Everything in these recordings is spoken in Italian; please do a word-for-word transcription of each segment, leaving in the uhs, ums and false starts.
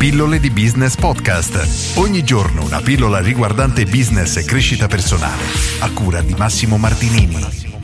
Pillole di Business Podcast. Ogni giorno una pillola riguardante business e crescita personale. A cura di Massimo Martinini.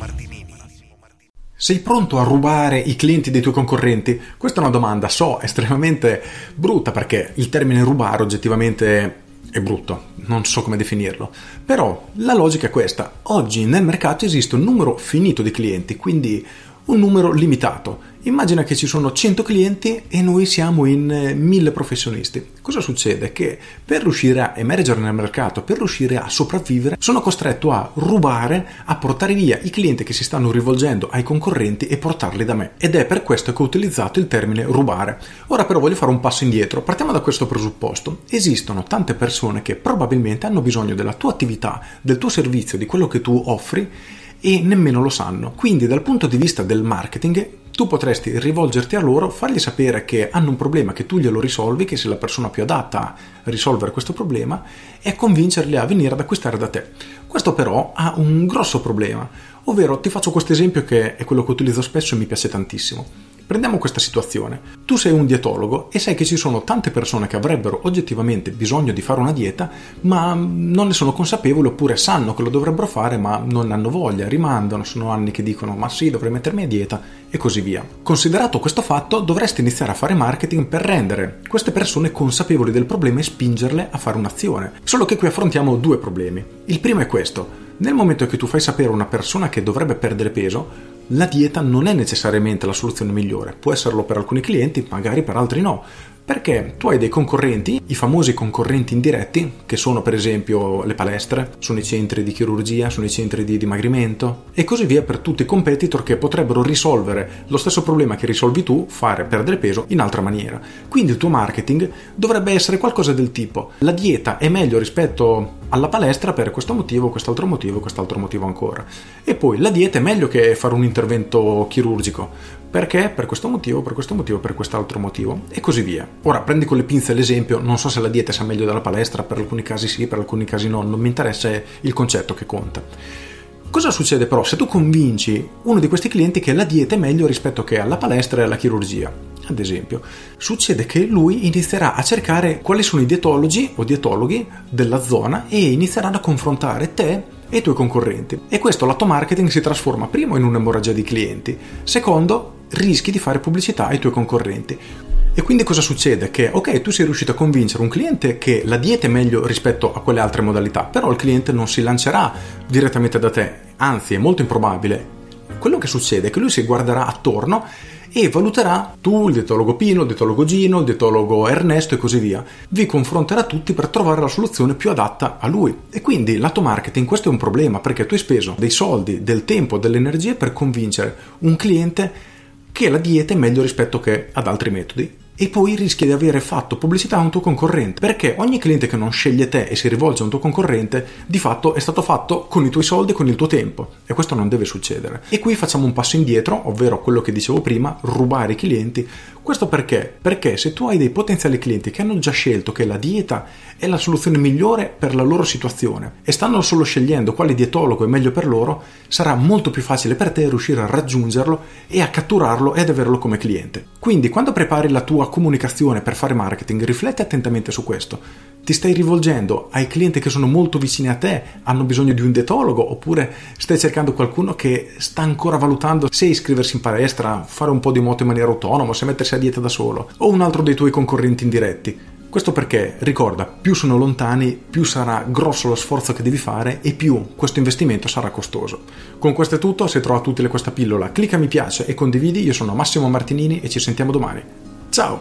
Sei pronto a rubare i clienti dei tuoi concorrenti? Questa è una domanda, so, estremamente brutta, perché il termine rubare oggettivamente è brutto, non so come definirlo. Però la logica è questa: oggi nel mercato esiste un numero finito di clienti, quindi un numero limitato. Immagina che ci sono cento clienti e noi siamo in mille professionisti. Cosa succede? Che per riuscire a emergere nel mercato, per riuscire a sopravvivere, sono costretto a rubare, a portare via i clienti che si stanno rivolgendo ai concorrenti e portarli da me. Ed è per questo che ho utilizzato il termine rubare. Ora però voglio fare un passo indietro. Partiamo da questo presupposto. Esistono tante persone che probabilmente hanno bisogno della tua attività, del tuo servizio, di quello che tu offri, e nemmeno lo sanno. Quindi dal punto di vista del marketing tu potresti rivolgerti a loro, fargli sapere che hanno un problema, che tu glielo risolvi, che sei la persona più adatta a risolvere questo problema, e convincerli a venire ad acquistare da te. Questo però ha un grosso problema, ovvero ti faccio questo esempio che è quello che utilizzo spesso e mi piace tantissimo. Prendiamo questa situazione. Tu sei un dietologo e sai che ci sono tante persone che avrebbero oggettivamente bisogno di fare una dieta, ma non ne sono consapevoli, oppure sanno che lo dovrebbero fare ma non hanno voglia, rimandano, sono anni che dicono ma sì, dovrei mettermi a dieta e così via. Considerato questo fatto, dovresti iniziare a fare marketing per rendere queste persone consapevoli del problema e spingerle a fare un'azione. Solo che qui affrontiamo due problemi. Il primo è questo: nel momento che tu fai sapere a una persona che dovrebbe perdere peso, la dieta non è necessariamente la soluzione migliore. Può esserlo per alcuni clienti, magari per altri no, perché tu hai dei concorrenti, i famosi concorrenti indiretti, che sono per esempio le palestre, sono i centri di chirurgia, sono i centri di dimagrimento e così via, per tutti i competitor che potrebbero risolvere lo stesso problema che risolvi tu, fare perdere peso in altra maniera. Quindi il tuo marketing dovrebbe essere qualcosa del tipo: la dieta è meglio rispetto alla palestra per questo motivo, quest'altro motivo, quest'altro motivo ancora. E poi la dieta è meglio che fare un intervento chirurgico, perché per questo motivo, per questo motivo, per quest'altro motivo e così via. Ora prendi con le pinze l'esempio, non so se la dieta sia meglio della palestra, per alcuni casi sì, per alcuni casi no, non mi interessa, è il concetto che conta. Cosa succede però se tu convinci uno di questi clienti che la dieta è meglio rispetto che alla palestra e alla chirurgia? Ad esempio, succede che lui inizierà a cercare quali sono i dietologi o dietologhi della zona e inizieranno a confrontare te e i tuoi concorrenti. E questo lato marketing si trasforma primo in un'emorragia di clienti, secondo rischi di fare pubblicità ai tuoi concorrenti. E quindi cosa succede? Che ok, tu sei riuscito a convincere un cliente che la dieta è meglio rispetto a quelle altre modalità, però il cliente non si lancerà direttamente da te, anzi è molto improbabile. Quello che succede è che lui si guarderà attorno e valuterà tu, il dietologo Pino, il dietologo Gino, il dietologo Ernesto e così via. Vi confronterà tutti per trovare la soluzione più adatta a lui. E quindi lato marketing questo è un problema, perché tu hai speso dei soldi, del tempo, delle energie per convincere un cliente che la dieta è meglio rispetto che ad altri metodi. E poi rischi di avere fatto pubblicità a un tuo concorrente, perché ogni cliente che non sceglie te e si rivolge a un tuo concorrente di fatto è stato fatto con i tuoi soldi e con il tuo tempo, e questo non deve succedere. E qui facciamo un passo indietro, ovvero quello che dicevo prima, rubare i clienti. Questo perché? Perché se tu hai dei potenziali clienti che hanno già scelto che la dieta è la soluzione migliore per la loro situazione e stanno solo scegliendo quale dietologo è meglio per loro, sarà molto più facile per te riuscire a raggiungerlo e a catturarlo ed averlo come cliente. Quindi quando prepari la tua comunicazione per fare marketing, rifletti attentamente su questo. Ti stai rivolgendo ai clienti che sono molto vicini a te, hanno bisogno di un dietologo, oppure stai cercando qualcuno che sta ancora valutando se iscriversi in palestra, fare un po' di moto in maniera autonoma, se mettersi a dieta da solo, o un altro dei tuoi concorrenti indiretti. Questo perché, ricorda, più sono lontani, più sarà grosso lo sforzo che devi fare e più questo investimento sarà costoso. Con questo è tutto, se hai trovato utile questa pillola, clicca mi piace e condividi. Io sono Massimo Martinini e ci sentiamo domani. Ciao!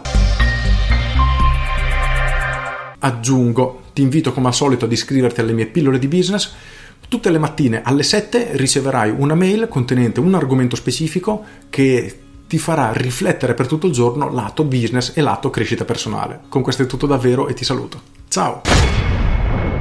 Aggiungo, ti invito come al solito ad iscriverti alle mie pillole di business. Tutte le mattine alle sette riceverai una mail contenente un argomento specifico che ti farà riflettere per tutto il giorno lato business e lato crescita personale. Con questo è tutto davvero e ti saluto. Ciao!